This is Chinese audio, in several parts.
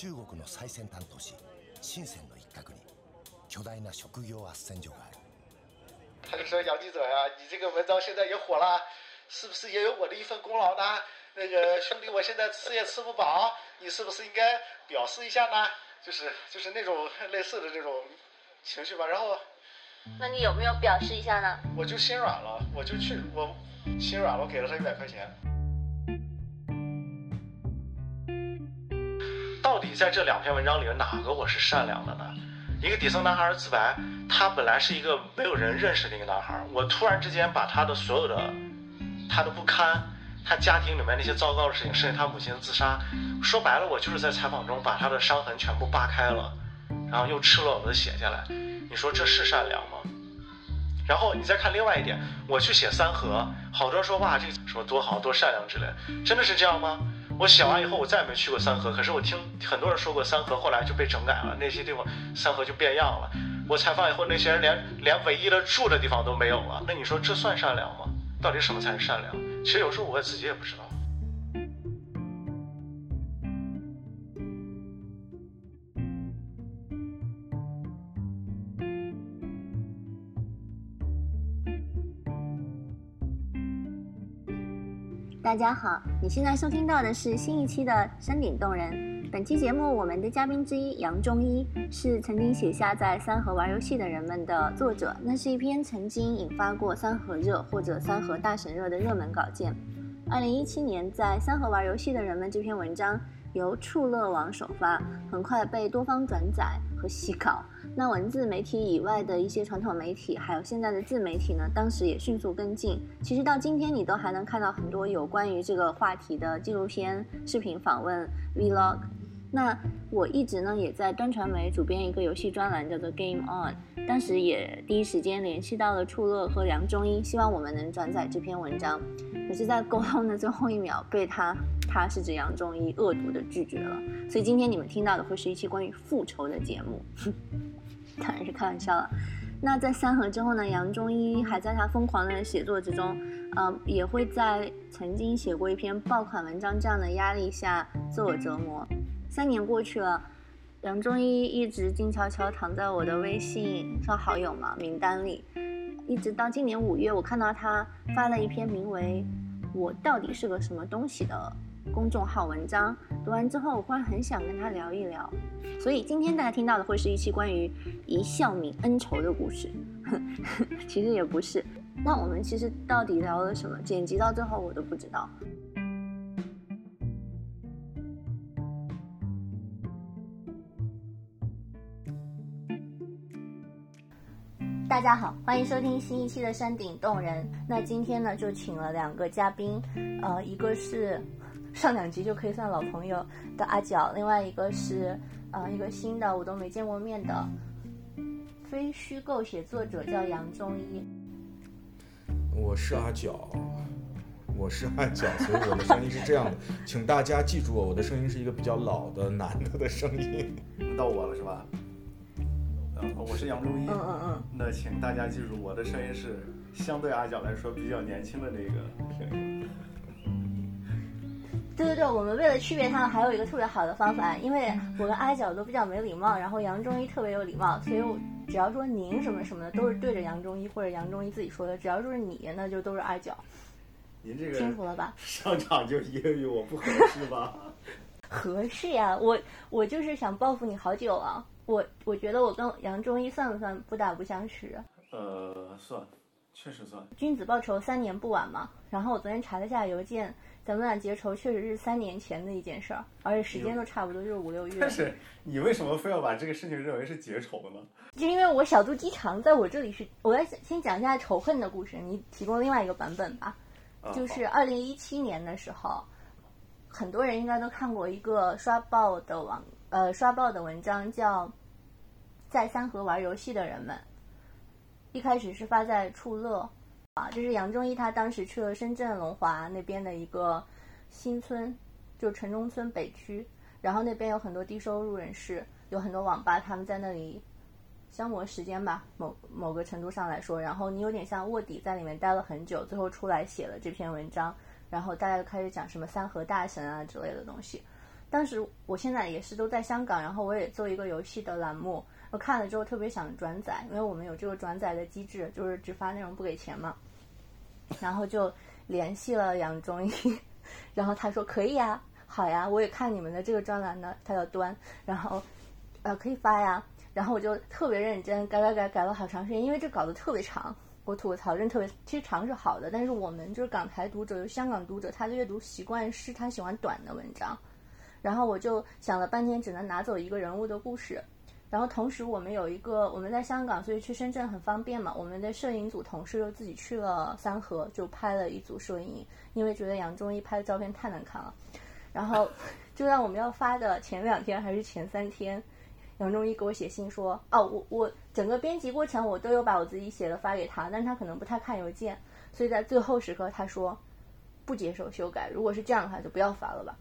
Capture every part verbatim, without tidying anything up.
中国の最先端都市深センの一角に巨大な職業斡旋所がある。 他就说杨记者呀、啊，你这个文章现在也火了，是不是也有我的一份功劳呢？那个兄弟，我现在吃也吃不饱，你是不是应该表示一下呢？就是就是那种类似的这种情绪吧。然后， 那你有没有表示一下呢？ 我就心软了，我就去，我心软了，我给了他一百块钱。到底在这两篇文章里，哪个我是善良的呢？一个底层男孩的自白，他本来是一个没有人认识的一个男孩，我突然之间把他的所有的他的不堪，他家庭里面那些糟糕的事情，甚至他母亲的自杀，说白了，我就是在采访中把他的伤痕全部扒开了，然后又赤裸裸的写下来。你说这是善良吗？然后你再看另外一点，我去写三河，好多人说哇这个什么多好多善良之类，真的是这样吗？我写完以后我再也没去过三河，可是我听很多人说过三河后来就被整改了，那些地方三河就变样了。我采访以后，那些人连连唯一的住的地方都没有了，那你说这算善良吗？到底什么才是善良？其实有时候我自己也不知道。 大家好，你现在收听到的是新一期的山顶洞人。本期节目我们的嘉宾之一杨中一是曾经写下在三河玩游戏的人们的作者，那是一篇曾经引发过三河热或者三河大神热的热门稿件。二零一七年在三河玩游戏的人们这篇文章由触乐网首发，很快被多方转载和洗稿。那文字媒体以外的一些传统媒体还有现在的自媒体呢，当时也迅速跟进。其实到今天你都还能看到很多有关于这个话题的纪录片、视频访问、vlog。那我一直呢也在端传媒主编一个游戏专栏叫做 Game On， 当时也第一时间联系到了触乐和梁中一，希望我们能转载这篇文章。可是在沟通的最后一秒被他他是指杨中一恶毒的拒绝了，所以今天你们听到的会是一期关于复仇的节目。当然是开玩笑了。那在三河之后呢，杨中一还在他疯狂的写作之中，呃，也会在曾经写过一篇爆款文章这样的压力下自我折磨。三年过去了，杨中一一直静悄悄躺在我的微信算好友嘛名单里，一直到今年五月，我看到他发了一篇名为《我到底是个什么东西》的公众号文章，读完之后我忽然很想跟他聊一聊，所以今天大家听到的会是一期关于一笑泯恩仇的故事。其实也不是，那我们其实到底聊了什么，剪辑到最后我都不知道。大家好，欢迎收听新一期的山顶洞人。那今天呢就请了两个嘉宾，呃，一个是上两集就可以算老朋友的阿角，另外一个是呃一个新的我都没见过面的非虚构写作者，叫杨中一。 我是阿角，我是阿角，所以我的声音是这样的，请大家记住我，我的声音是一个比较老的男的的声音。 到我了是吧？嗯，我是杨中一。 嗯嗯嗯。 那请大家记住，我的声音是相对阿角来说比较年轻的那个声音。 对对对，我们为了区别他们，还有一个特别好的方法，因为我跟阿角都比较没礼貌，然后杨中一特别有礼貌，所以我只要说您什么什么的，都是对着杨中一或者杨中一自己说的，只要说是你，那就都是阿角。 您这个清楚了吧？ 上场就揶揄我不合适吧？ 合适呀，我我就是想报复你好久了。我我觉得我跟杨中一算不算不打不相识？ 呃，算，确实算。 君子报仇三年不晚嘛。然后我昨天查了下邮件，咱们俩结仇确实是三年前的一件事儿，而且时间都差不多，就是五六月。 但是你为什么非要把这个事情认为是结仇呢？ 就因为我小肚鸡肠，在我这里是，我来先讲一下仇恨的故事，你提供另外一个版本吧。 啊、 就是二零一七年的时候，很多人应该都看过一个刷爆的网呃刷爆的文章，叫在三河玩游戏的人们。一开始是发在触乐啊，就是杨中一他当时去了深圳龙华那边的一个新村，就城中村北区，然后那边有很多低收入人士，有很多网吧，他们在那里消磨时间吧，某某个程度上来说，然后你有点像卧底在里面待了很久，最后出来写了这篇文章，然后大家就开始讲什么三河大神啊之类的东西。 当时我现在也是都在香港，然后我也做一个游戏的栏目，我看了之后特别想转载，因为我们有这个转载的机制，就是只发内容不给钱嘛。然后就联系了杨忠一，然后他说可以呀，好呀，我也看你们的这个专栏呢，他叫端，然后呃可以发呀。然后我就特别认真改改改改了好长时间，因为这稿子特别长，我吐槽真特别，其实长是好的，但是我们就是港台读者，有香港读者，他的阅读习惯是他喜欢短的文章。然后我就想了半天，只能拿走一个人物的故事。然后同时我们有一个，我们在香港，所以去深圳很方便嘛。我们的摄影组同事又自己去了三河，就拍了一组摄影，因为觉得杨忠一拍的照片太难看了。然后就在我们要发的前两天还是前三天，杨忠一给我写信说，哦，我我整个编辑过程我都有把我自己写的发给他，但是他可能不太看邮件，所以在最后时刻他说不接受修改，如果是这样的话就不要发了吧。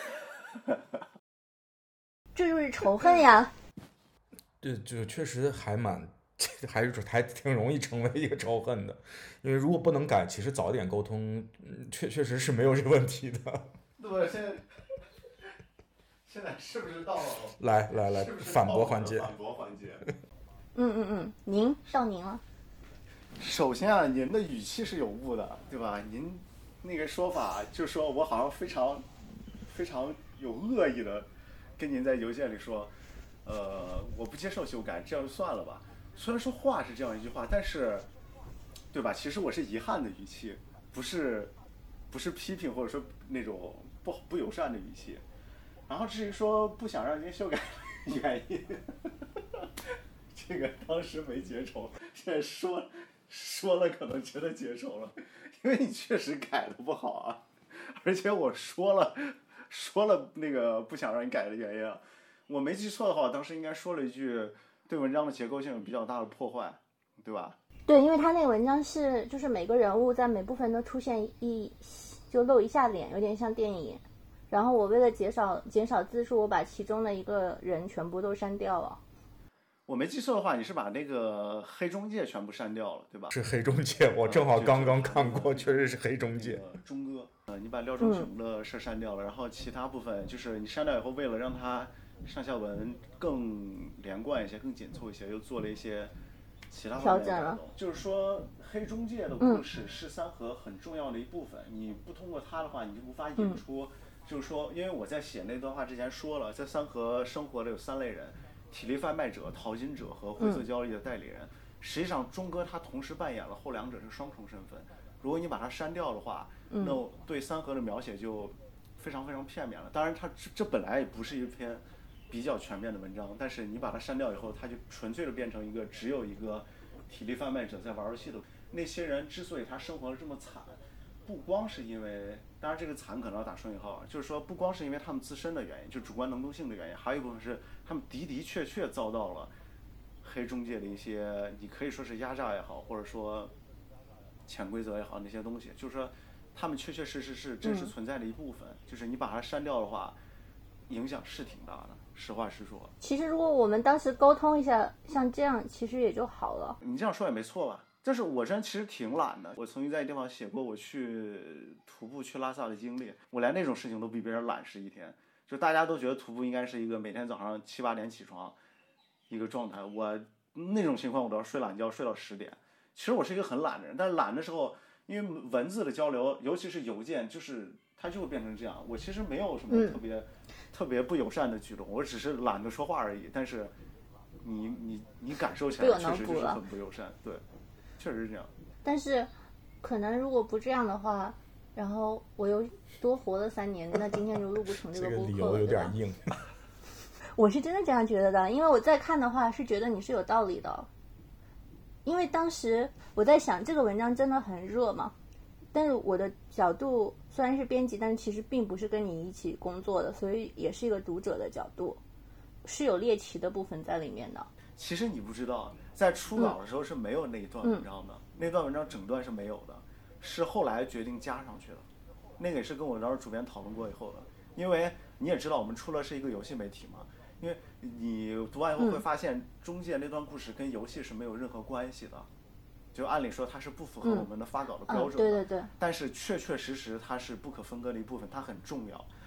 这就是仇恨呀。 这这确实还蛮，还是还挺容易成为一个仇恨的，因为如果不能改，其实早一点沟通，确确实是没有这个问题的。 对，现在现在是不是到了来来来反驳环节？ 反驳环节。 嗯嗯嗯，您到您了。 首先啊，您的语气是有误的，对吧？您那个说法就说我好像非常非常有恶意的跟您在邮件里说。呃，我不接受修改，这样就算了吧。虽然说话是这样一句话，但是，对吧？其实我是遗憾的语气，不是，不是批评或者说那种不不友善的语气。然后至于说不想让您修改的原因，这个当时没结仇，现在说说了可能觉得结仇了，因为你确实改的不好啊，而且我说了说了那个不想让你改的原因啊。我没记错的话，我当时应该说了一句对文章的结构性有比较大的破坏，对吧？ 对，因为他那个文章是就是每个人物在每部分都出现一就露一下脸，有点像电影。然后我为了减少减少字数，我把其中的一个人全部都删掉了。 我没记错的话，你是把那个黑中介全部删掉了，对吧？ 是黑中介，我正好刚刚看过，确实是黑中介。 呃、钟哥，呃，你把廖忠雄的事删掉了，嗯，然后其他部分就是你删掉以后，为了让他上下文更连贯一些、更紧凑一些，又做了一些其他方面的改动。就是说，黑中介的故事是三河很重要的一部分，嗯，你不通过它的话，你就无法引出。嗯，就是说，因为我在写那段话之前说了，在三河生活的有三类人：体力贩卖者、淘金者和灰色交易的代理人。嗯，实际上，钟哥他同时扮演了后两者是双重身份。如果你把它删掉的话，嗯，那对三河的描写就非常非常片面了。当然它，它这这本来也不是一篇比较全面的文章，但是你把它删掉以后，它就纯粹的变成一个只有一个体力贩卖者在玩游戏的。那些人之所以他生活的这么惨，不光是因为，当然这个惨可能要打双引号，就是说不光是因为他们自身的原因，就主观能动性的原因，还有一部分是他们的的确确遭到了黑中介的一些，你可以说是压榨也好，或者说潜规则也好，那些东西，就是说他们确确实实是真实存在的一部分，嗯，就是你把它删掉的话，影响是挺大的，实话实说。 其实如果我们当时沟通一下，像这样其实也就好了。 你这样说也没错吧？但是我真其实挺懒的，我曾经在一地方写过我去徒步去拉萨的经历，我连那种事情都比别人懒是一天。就大家都觉得徒步应该是一个每天早上七八点起床一个状态，我那种情况我都要睡懒觉睡到十点。其实我是一个很懒的人，但是懒的时候，因为文字的交流，尤其是邮件，就是它就会变成这样。我其实没有什么特别、嗯、特别不友善的举动，我只是懒得说话而已。但是你你你感受起来确实就是很不友善，对。确实是这样， 但是可能如果不这样的话，然后我又多活了三年，那今天就录不成这个播客了。 这个理由有点硬。 我是真的这样觉得的，因为我再看的话是觉得你是有道理的。因为当时我在想，这个文章真的很热嘛，但是我的角度虽然是编辑，但是其实并不是跟你一起工作的，所以也是一个读者的角度，是有猎奇的部分在里面的。 其实你不知道，在初稿的时候是没有那一段文章的，嗯、那段文章整段是没有的，是后来决定加上去的。那个也是跟我当时主编讨论过以后的，因为你也知道我们出了是一个游戏媒体嘛，因为你读完以后会发现中介那段故事跟游戏是没有任何关系的，就按理说它是不符合我们的发稿的标准的， 嗯嗯、对对对。 但是确确实实它是不可分割的一部分，它很重要，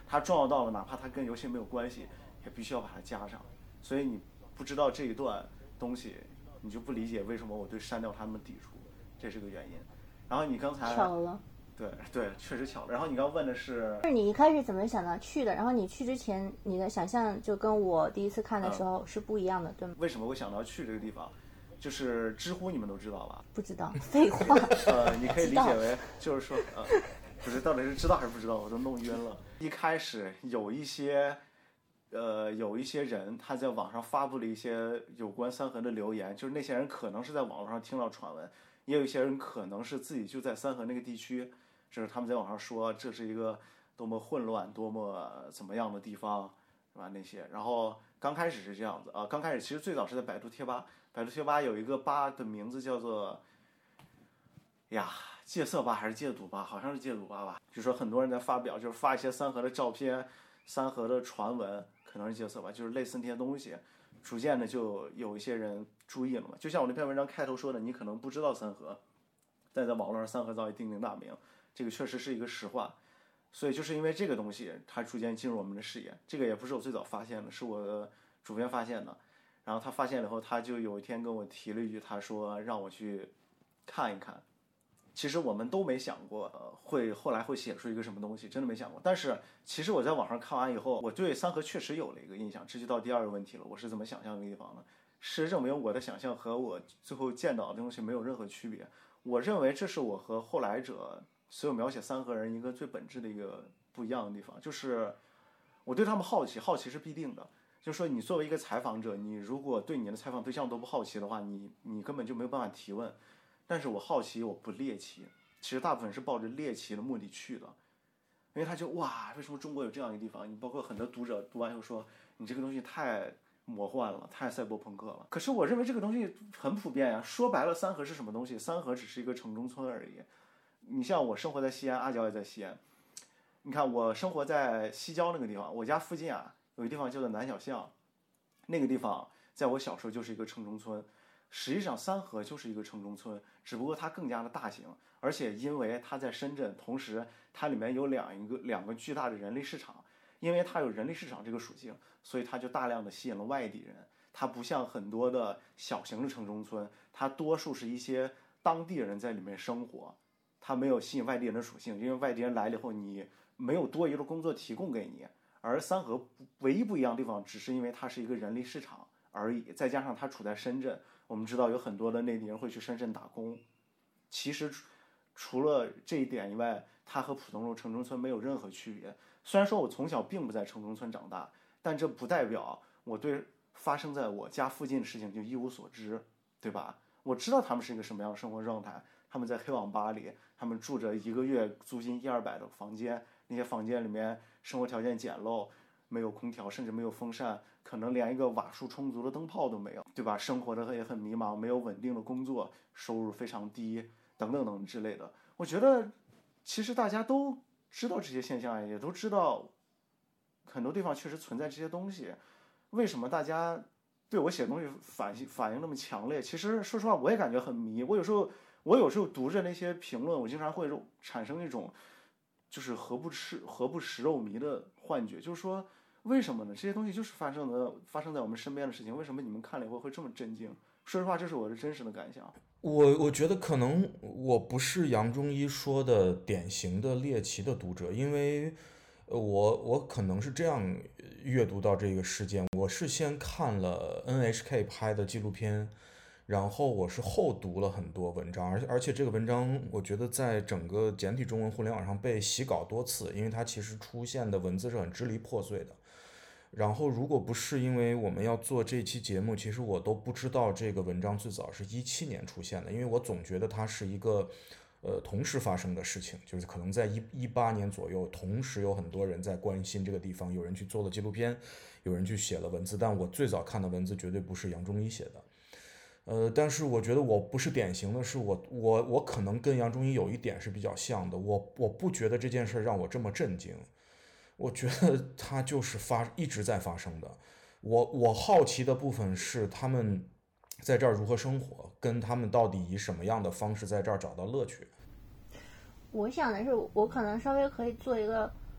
它重要到了哪怕它跟游戏没有关系，也必须要把它加上。所以你不知道这一段东西，你就不理解为什么我对删掉它们抵触，这是个原因。然后你刚才巧了， 对对，确实巧了。然后你刚问的是， 就是你一开始怎么想到去的？然后你去之前，你的想象就跟我第一次看的时候是不一样的，对吗？ 为什么会想到去这个地方？就是知乎，你们都知道吧？ 不知道，废话。 呃，你可以理解为就是说，呃，不是到底是知道还是不知道，我都弄晕了。一开始有一些，呃，有一些人他在网上发布了一些有关三河的留言，就是那些人可能是在网络上听到传闻，也有一些人可能是自己就在三河那个地区，就是他们在网上说这是一个多么混乱、多么怎么样的地方，是吧？那些，然后刚开始是这样子啊、呃，刚开始其实最早是在百度贴吧。百度贴吧有一个吧的名字叫做呀戒色吧还是戒赌吧，好像是戒赌吧吧，就说很多人在发表，就是发一些三河的照片、三河的传闻，可能是戒色吧，就是类似那些东西，逐渐的就有一些人注意了嘛。就像我那篇文章开头说的，你可能不知道三河，但在网络上三河早已鼎鼎大名，这个确实是一个实话。所以就是因为这个东西，它逐渐进入我们的视野。这个也不是我最早发现的，是我的主编发现的。然后他发现了以后，他就有一天跟我提了一句，他说让我去看一看。其实我们都没想过，呃，会后来会写出一个什么东西，真的没想过。但是其实我在网上看完以后，我对三河确实有了一个印象。这就到第二个问题了，我是怎么想象这个地方的？事实证明，我的想象和我最后见到的东西没有任何区别。我认为这是我和后来者所有描写三河人一个最本质的一个不一样的地方，就是我对他们好奇，好奇是必定的。就是说，你作为一个采访者，你如果对你的采访对象都不好奇的话，你你根本就没有办法提问。但是我好奇，我不猎奇，其实大部分是抱着猎奇的目的去的，因为他就哇，为什么中国有这样一个地方？你包括很多读者读完以后说，你这个东西太魔幻了，太赛博朋克了。可是我认为这个东西很普遍呀。说白了，三河是什么东西？三河只是一个城中村而已。你像我生活在西安，阿娇也在西安。你看我生活在西郊那个地方，我家附近啊。有一个地方叫做南小巷，那个地方在我小时候就是一个城中村。实际上三河就是一个城中村，只不过它更加的大型，而且因为它在深圳，同时它里面有两一个两个巨大的人力市场，因为它有人力市场这个属性，所以它就大量的吸引了外地人。它不像很多的小型的城中村，它多数是一些当地人在里面生活，它没有吸引外地人的属性，因为外地人来了以后，你没有多余的工作提供给你。而三河唯一不一样的地方，只是因为它是一个人力市场而已，再加上它处在深圳，我们知道有很多的内地人会去深圳打工。其实除了这一点以外，它和普通的城中村没有任何区别。虽然说我从小并不在城中村长大，但这不代表我对发生在我家附近的事情就一无所知，对吧？我知道他们是一个什么样的生活状态，他们在黑网吧里，他们住着一个月租金一二百的房间，那些房间里面生活条件简陋，没有空调，甚至没有风扇，可能连一个瓦数充足的灯泡都没有，对吧？生活的也很迷茫，没有稳定的工作，收入非常低，等等等之类的。我觉得其实大家都知道这些现象，也都知道很多地方确实存在这些东西。为什么大家对我写的东西反反应那么强烈？其实说实话，我也感觉很迷。我有时候我有时候读着那些评论，我经常会产生一种就是何不吃何不食肉糜的幻觉，就是说为什么呢？这些东西就是发生的发生在我们身边的事情，为什么你们看了以后会这么震惊？说实话，这是我的真实的感想。 我我觉得可能我不是杨中医说的典型的猎奇的读者，因为我我可能是这样阅读到这个事件，我是先看了 N H K 拍的纪录片，然后我是后读了很多文章，而而且这个文章我觉得在整个简体中文互联网上被洗稿多次，因为它其实出现的文字是很支离破碎的。然后如果不是因为我们要做这期节目，其实我都不知道这个文章最早是一七年出现的，因为我总觉得它是一个呃同时发生的事情，就是可能在一一八年左右，同时有很多人在关心这个地方，有人去做了纪录片，有人去写了文字，但我最早看的文字绝对不是杨中医写的。呃，但是我觉得我不是典型的，是我我我可能跟杨中医有一点是比较像的，我我不觉得这件事让我这么震惊。我觉得它就是发一直在发生的。我我好奇的部分是他们在这儿如何生活，跟他们到底以什么样的方式在这儿找到乐趣。 我想的是，我可能稍微可以做一个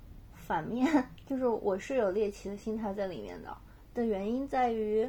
反面，就是我是有猎奇的心态在里面的。的原因在于，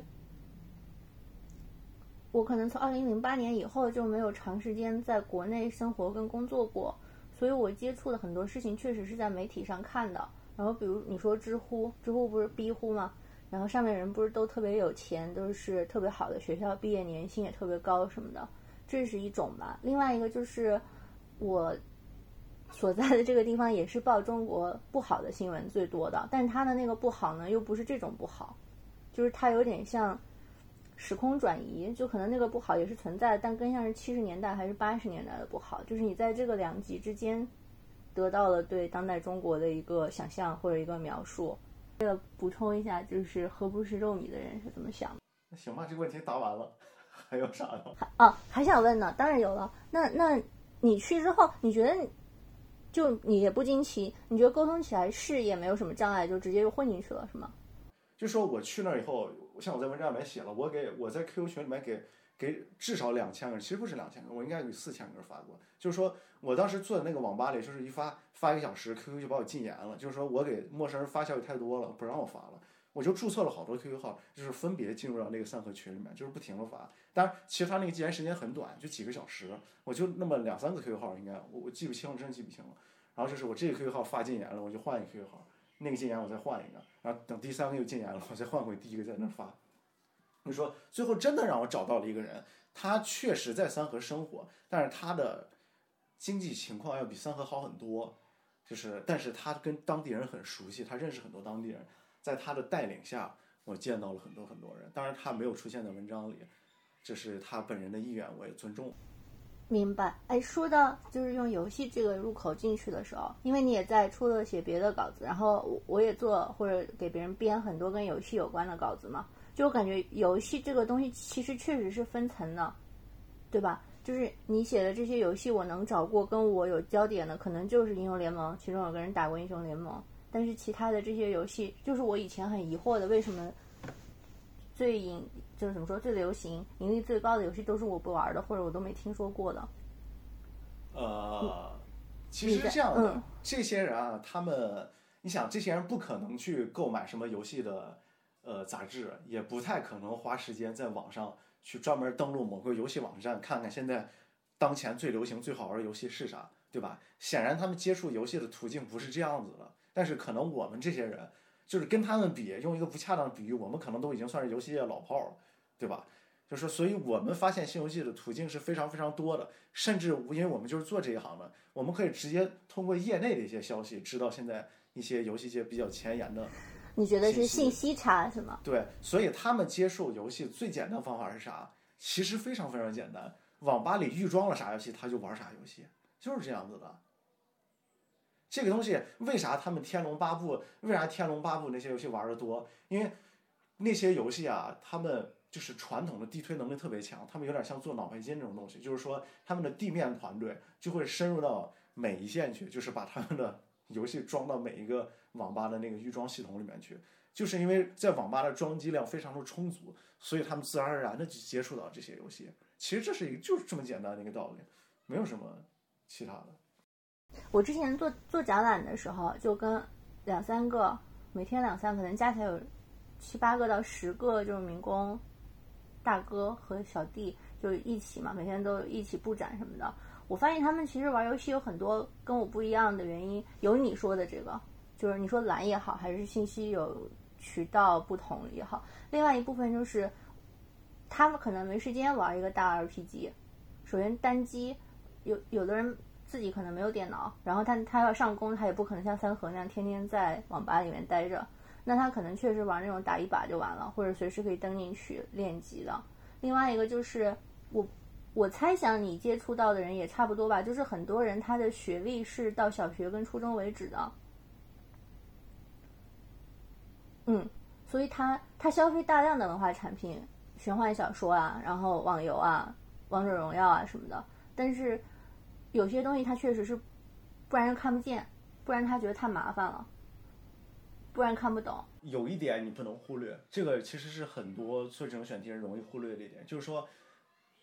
我可能从二零零八年以后就没有长时间在国内生活跟工作过，所以我接触的很多事情确实是在媒体上看的。然后比如你说知乎，知乎不是逼乎吗？然后上面人不是都特别有钱，都是特别好的学校毕业，年薪也特别高什么的，这是一种吧。另外一个就是我所在的这个地方也是报中国不好的新闻最多的，但是它的那个不好呢又不是这种不好，就是它有点像时空转移，就可能那个不好也是存在的，但更像是七十年代还是八十年代的不好，就是你在这个两极之间得到了对当代中国的一个想象或者一个描述。为了补充一下，就是何不食肉糜的人是怎么想的？ 那行吧，这个问题答完了，还有啥呢？ 啊，还想问呢？当然有了。那那你去之后，你觉得你就你也不惊奇，你觉得沟通起来是也没有什么障碍，就直接就混进去了，是吗？ 就说我去那儿以后，像我在文章里面写了，我给我在 Q Q 群里面给给至少两千个人，其实不是两千个，我应该给四千个人发过。就是说我当时坐在那个网吧里，就是一发发一个小时 ，Q Q 就把我禁言了，就是说我给陌生人发消息太多了，不让我发了。我就注册了好多 Q Q 号，就是分别进入到那个三合群里面，就是不停的发。当然，其实他那个禁言时间很短，就几个小时，我就那么两三个 Q Q 号，应该我我记不清了，真记不清了。然后就是我这个 Q Q 号发禁言了，我就换一个 Q Q 号，那个禁言我再换一个，然后等第三个又禁言了，我再换回第一个在那发。你说最后真的让我找到了一个人，他确实在三河生活，但是他的经济情况要比三河好很多，就是但是他跟当地人很熟悉，他认识很多当地人，在他的带领下，我见到了很多很多人。当然他没有出现在文章里，这是他本人的意愿，我也尊重。 明白。哎，说到就是用游戏这个入口进去的时候，因为你也在除了写别的稿子，然后我也做或者给别人编很多跟游戏有关的稿子嘛，就我感觉游戏这个东西其实确实是分层的，对吧？就是你写的这些游戏，我能找过跟我有交点的，可能就是英雄联盟，其中有个人打过英雄联盟，但是其他的这些游戏，就是我以前很疑惑的，为什么最引就是怎么说最流行、盈利最高的游戏都是我不玩的，或者我都没听说过的。 呃，其实是这样的，嗯、这些人啊，他们，你想，这些人不可能去购买什么游戏的呃杂志，也不太可能花时间在网上去专门登录某个游戏网站看看现在当前最流行、最好玩的游戏是啥，对吧？显然他们接触游戏的途径不是这样子的，但是可能我们这些人。就是跟他们比，用一个不恰当的比喻，我们可能都已经算是游戏业老炮了，对吧？就是所以我们发现新游戏的途径是非常非常多的，甚至因为我们就是做这一行的，我们可以直接通过业内的一些消息，知道现在一些游戏界比较前沿的。 你觉得是信息差是吗？ 对，所以他们接受游戏最简单的方法是啥？其实非常非常简单，网吧里预装了啥游戏，他就玩啥游戏，就是这样子的。这个东西为啥他们天龙八部为啥天龙八部那些游戏玩的多？因为那些游戏啊，他们就是传统的地推能力特别强，他们有点像做脑白金这种东西，就是说他们的地面团队就会深入到每一线去，就是把他们的游戏装到每一个网吧的那个预装系统里面去。就是因为在网吧的装机量非常的充足，所以他们自然而然的就接触到这些游戏。其实这是一个就是这么简单的一个道理，没有什么其他的。 我之前做做展览的时候，就跟两三个，每天两三个，可能加起来有七八个到十个，就是民工大哥和小弟就一起嘛，每天都一起布展什么的。我发现他们其实玩游戏有很多跟我不一样的原因，有你说的这个，就是你说懒也好，还是信息有渠道不同也好，另外一部分就是他们可能没时间玩一个大 R P G。首先单机，有有的人自己可能没有电脑，然后他他要上工，他也不可能像三河那样天天在网吧里面待着，那他可能确实玩那种打一把就完了，或者随时可以登进去练级的。另外一个就是我我猜想你接触到的人也差不多吧，就是很多人他的学历是到小学跟初中为止的，嗯，所以他他消费大量的文化产品，玄幻小说啊，然后网游啊，王者荣耀啊什么的，但是有些东西他确实是不然看不见，不然他觉得太麻烦了，不然看不懂。 有一点你不能忽略，这个其实是很多做这种选题人容易忽略的一点，就是说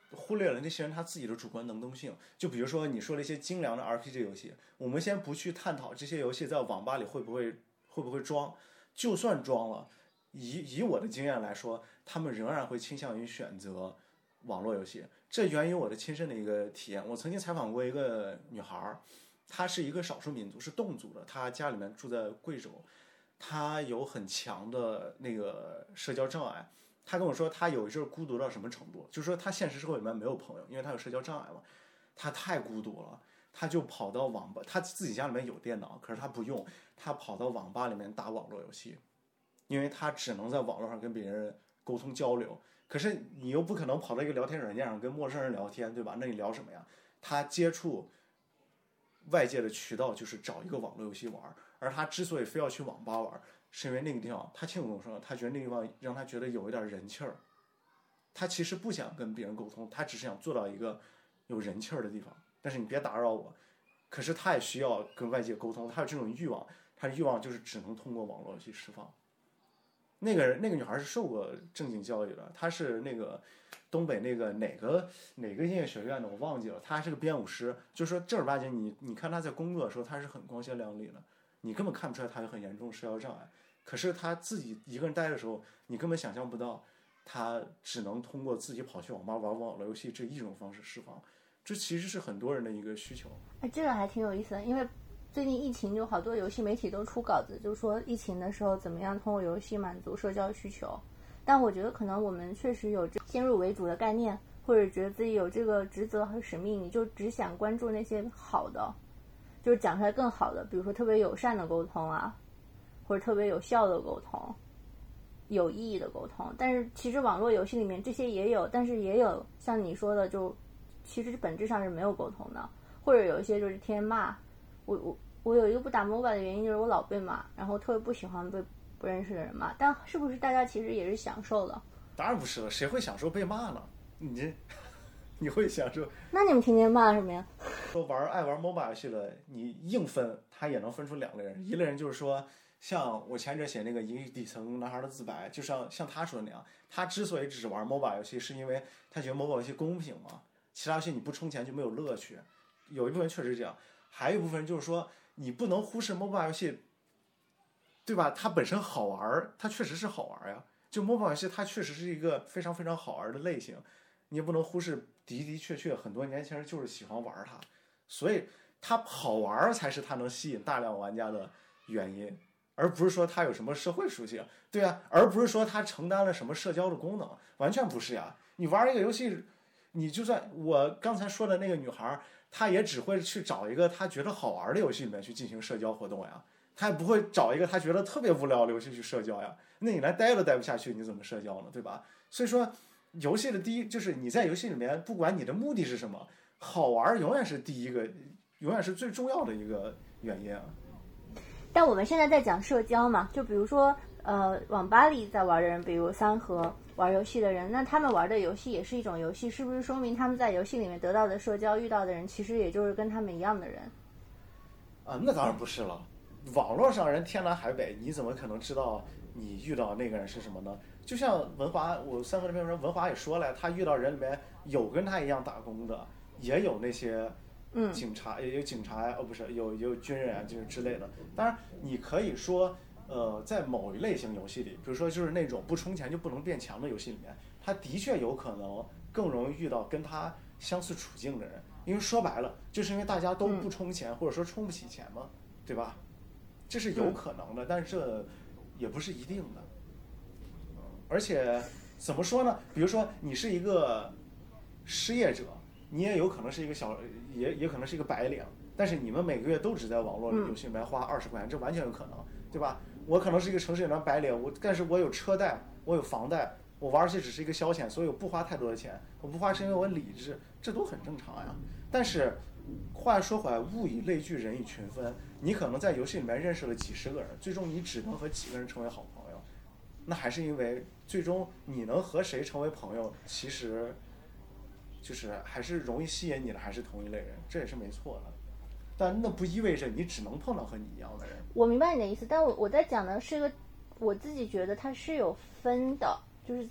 忽略了那些人他自己的主观能动性。就比如说你说了一些精良的 R P G 游戏，我们先不去探讨这些游戏在网吧里会不会会不会装，就算装了，以以我的经验来说，他们仍然会倾向于选择网络游戏。这源于我的亲身的一个体验。我曾经采访过一个女孩，她是一个少数民族，是侗族的，她家里面住在贵州，她有很强的那个社交障碍。她跟我说，她有一阵孤独到什么程度，就是说她现实生活里面没有朋友，因为她有社交障碍嘛，她太孤独了，她就跑到网吧，她自己家里面有电脑，可是她不用，她跑到网吧里面打网络游戏，因为她只能在网络上跟别人沟通交流。可是你又不可能跑到一个聊天软件上跟陌生人聊天，对吧？那你聊什么呀？她接触外界的渠道就是找一个网络游戏玩，而她之所以非要去网吧玩，是因为那个地方，他亲口跟我说，他觉得那个地方让他觉得有一点人气儿。他其实不想跟别人沟通，他只是想做到一个有人气儿的地方，但是你别打扰我。可是他也需要跟外界沟通，他有这种欲望，他的欲望就是只能通过网络去释放。那个那个女孩是受过正经教育的，她是那个东北那个哪个哪个音乐学院的我忘记了，她是个编舞师，就是说正儿八经你你看她在工作的时候，她是很光鲜亮丽的。你根本看不出来他有很严重的社交障碍，可是他自己一个人待的时候，你根本想象不到，他只能通过自己跑去网吧玩网络游戏这一种方式释放，这其实是很多人的一个需求。 哎，这个还挺有意思的，因为最近疫情，就好多游戏媒体都出稿子，就是说疫情的时候怎么样通过游戏满足社交需求。但我觉得可能我们确实有这先入为主的概念，或者觉得自己有这个职责和使命，你就只想关注那些好的。就是讲出来更好的，比如说特别友善的沟通啊，或者特别有效的沟通，有意义的沟通。但是其实网络游戏里面这些也有，但是也有像你说的，就其实本质上是没有沟通的，或者有一些就是天天骂。我我我有一个不打 M O B A 的原因就是我老被骂，然后特别不喜欢被不认识的人骂。但是不是大家其实也是享受的？ 当然不是了，谁会享受被骂呢？你这。你会享受？ 那你们天天骂什么呀？ 说玩爱玩 M O B A 游戏的，你硬分，他也能分出两类人。一类人就是说，像我前者写那个一个底层男孩的自白，就像像他说的那样，他之所以只玩 M O B A 游戏，是因为他觉得 M O B A 游戏公平嘛，其他游戏你不充钱就没有乐趣。有一部分确实是这样，还有一部分人就是说，你不能忽视 M O B A 游戏，对吧？它本身好玩，它确实是好玩呀。就 M O B A 游戏，它确实是一个非常非常好玩的类型。你也不能忽视的的确确很多年轻人就是喜欢玩它，所以它好玩才是它能吸引大量玩家的原因，而不是说它有什么社会属性，对啊，而不是说它承担了什么社交的功能，完全不是呀。你玩一个游戏，你就算我刚才说的那个女孩，她也只会去找一个她觉得好玩的游戏里面去进行社交活动呀，她也不会找一个她觉得特别无聊的游戏去社交呀。那你连待都待不下去，你怎么社交呢？对吧？所以说。游戏的第一就是你在游戏里面，不管你的目的是什么，好玩永远是第一个，永远是最重要的一个原因啊。 但我们现在在讲社交嘛，就比如说呃，网吧里在玩的人，比如三和玩游戏的人，那他们玩的游戏也是一种游戏，是不是说明他们在游戏里面得到的社交遇到的人，其实也就是跟他们一样的人？ 啊，那当然不是了。网络上人天南海北，你怎么可能知道你遇到那个人是什么呢？就像文华，我三和这边说，文华也说了，他遇到人里面有跟他一样打工的，也有那些警察，嗯、也有警察哦，不是，有有军人啊，就是之类的。当然，你可以说，呃，在某一类型游戏里，比如说就是那种不充钱就不能变强的游戏里面，他的确有可能更容易遇到跟他相似处境的人，因为说白了，就是因为大家都不充钱，嗯、或者说充不起钱嘛，对吧？这是有可能的，嗯、但是这也不是一定的。而且怎么说呢？比如说你是一个失业者，你也有可能是一个小，也也可能是一个白领，但是你们每个月都只在网络游戏里面花二十块钱，这完全有可能，对吧？我可能是一个城市里面白领，我但是我有车贷，我有房贷，我玩游戏只是一个消遣，所以我不花太多的钱，我不花是因为我理智，这都很正常呀。但是话说回来，物以类聚，人以群分，你可能在游戏里面认识了几十个人，最终你只能和几个人成为好朋友，那还是因为最终你能和谁成为朋友，其实就是还是容易吸引你的还是同一类人，这也是没错的。但那不意味着你只能碰到和你一样的人。 我明白你的意思，但我我在讲的是个，我自己觉得它是有分的，就是在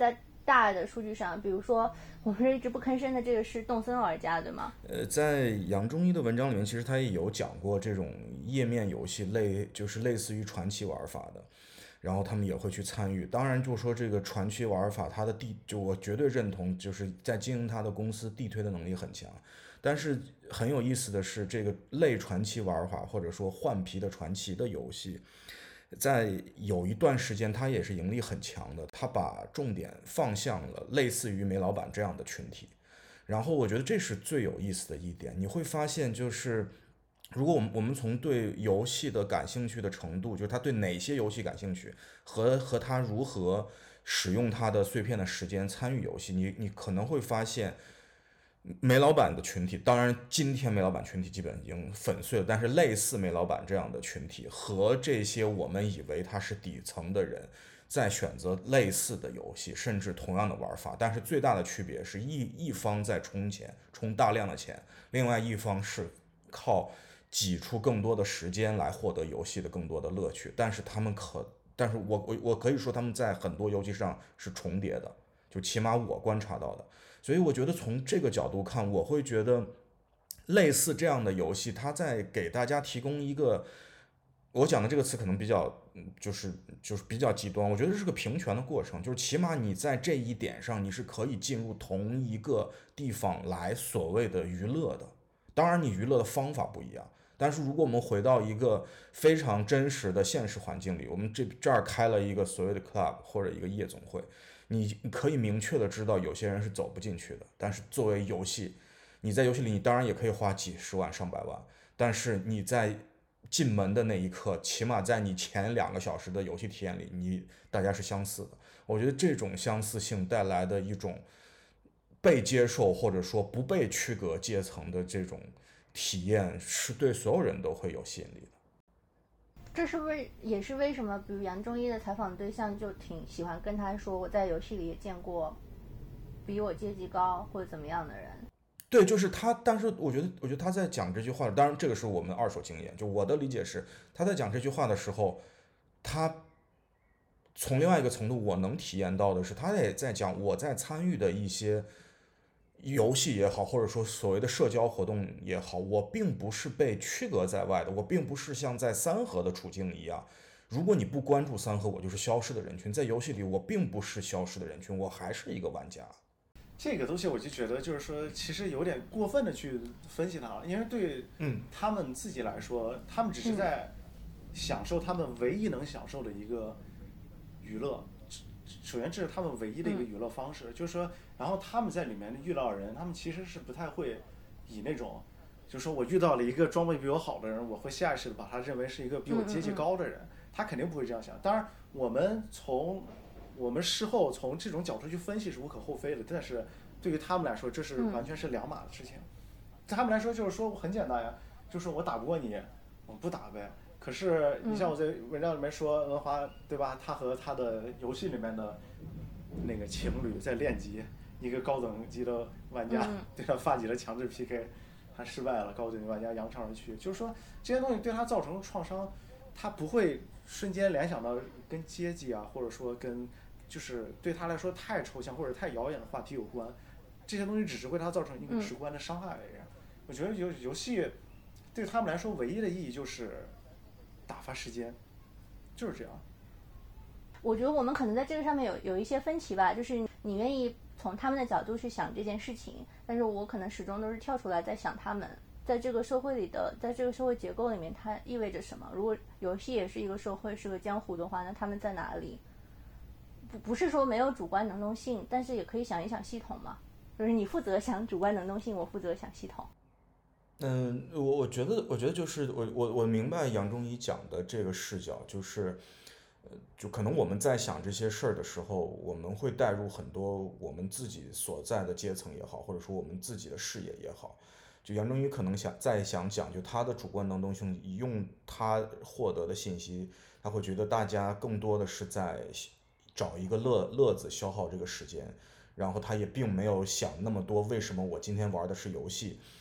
大的数据上，比如说我们一直不吭声的这个是动森玩家，对吗？ 呃，在杨中一的文章里面，其实他也有讲过这种页面游戏类，就是类似于传奇玩法的，然后他们也会去参与。当然，就是说这个传奇玩法，它的地，就我绝对认同，就是在经营它的公司地推的能力很强。但是很有意思的是，这个类传奇玩法或者说换皮的传奇的游戏，在有一段时间它也是盈利很强的，它把重点放向了类似于煤老板这样的群体。然后我觉得这是最有意思的一点，你会发现就是如果我们我们从对游戏的感兴趣的程度，就是他对哪些游戏感兴趣，和和他如何使用他的碎片的时间参与游戏，你你可能会发现煤老板的群体，当然今天煤老板群体基本已经粉碎了，但是类似煤老板这样的群体和这些我们以为他是底层的人在选择类似的游戏，甚至同样的玩法，但是最大的区别是一一方在充钱，充大量的钱，另外一方是靠挤出更多的时间来获得游戏的更多的乐趣，但是他们可，但是我我我可以说他们在很多游戏上是重叠的，就起码我观察到的。所以我觉得从这个角度看，我会觉得类似这样的游戏，它在给大家提供一个，我讲的这个词可能比较就是就是比较极端，我觉得是个平权的过程，就是起码你在这一点上你是可以进入同一个地方来所谓的娱乐的，当然你娱乐的方法不一样。但是如果我们回到一个非常真实的现实环境里，我们这这儿开了一个所谓的 club 或者一个夜总会，你可以明确的知道有些人是走不进去的。但是作为游戏，你在游戏里你当然也可以花几十万上百万，但是你在进门的那一刻，起码在你前两个小时的游戏体验里，你大家是相似的。我觉得这种相似性带来的一种被接受或者说不被区隔阶层的这种体验，是对所有人都会有吸引力的。 这是不是也是为什么比如杨中一的采访对象就挺喜欢跟他说我在游戏里也见过比我阶级高或者怎么样的人？ 对，就是他，但是我觉得，我觉得他在讲这句话，当然这个是我们二手经验，就我的理解是，他在讲这句话的时候，他从另外一个程度我能体验到的是，他也在讲我在参与的一些游戏也好，或者说所谓的社交活动也好，我并不是被区隔在外的，我并不是像在三河的处境一样，如果你不关注三河，我就是消失的人群，在游戏里我并不是消失的人群，我还是一个玩家。 这个东西我就觉得就是说其实有点过分的去分析它了，因为对他们自己来说、嗯、他们只是在享受他们唯一能享受的一个娱乐，首先这是他们唯一的一个娱乐方式、嗯、就是说然后他们在里面遇到的人，他们其实是不太会以那种就是说我遇到了一个装备比我好的人，我会下意识的把他认为是一个比我阶级高的人、嗯嗯嗯，他肯定不会这样想。当然我们从我们事后从这种角度去分析是无可厚非的，但是对于他们来说这是完全是两码的事情、嗯、对他们来说就是说很简单呀，就是我打不过你我们不打呗。可是你像我在文章里面说文华对吧，他和他的游戏里面的那个情侣在练级，一个高等级的玩家对他发起了强制 P K， 他失败了，高等级玩家扬长而去，就是说这些东西对他造成创伤，他不会瞬间联想到跟阶级啊，或者说跟就是对他来说太抽象或者太遥远的话题有关，这些东西只是为他造成一个直观的伤害而已。我觉得游游戏对他们来说唯一的意义就是打发时间，就是这样。 我觉得我们可能在这个上面有有一些分歧吧，就是你愿意从他们的角度去想这件事情，但是我可能始终都是跳出来在想他们在这个社会里的，在这个社会结构里面它意味着什么。如果游戏也是一个社会，是个江湖的话，那他们在哪里？不不是说没有主观能动性，但是也可以想一想系统嘛，就是你负责想主观能动性，我负责想系统。 嗯，我我觉得，我觉得就是我我我明白杨中一讲的这个视角，就是，呃，就可能我们在想这些事儿的时候，我们会带入很多我们自己所在的阶层也好，或者说我们自己的视野也好。就杨中一可能想再想讲，就他的主观能动性，用他获得的信息，他会觉得大家更多的是在找一个乐乐子，消耗这个时间，然后他也并没有想那么多，为什么我今天玩的是游戏。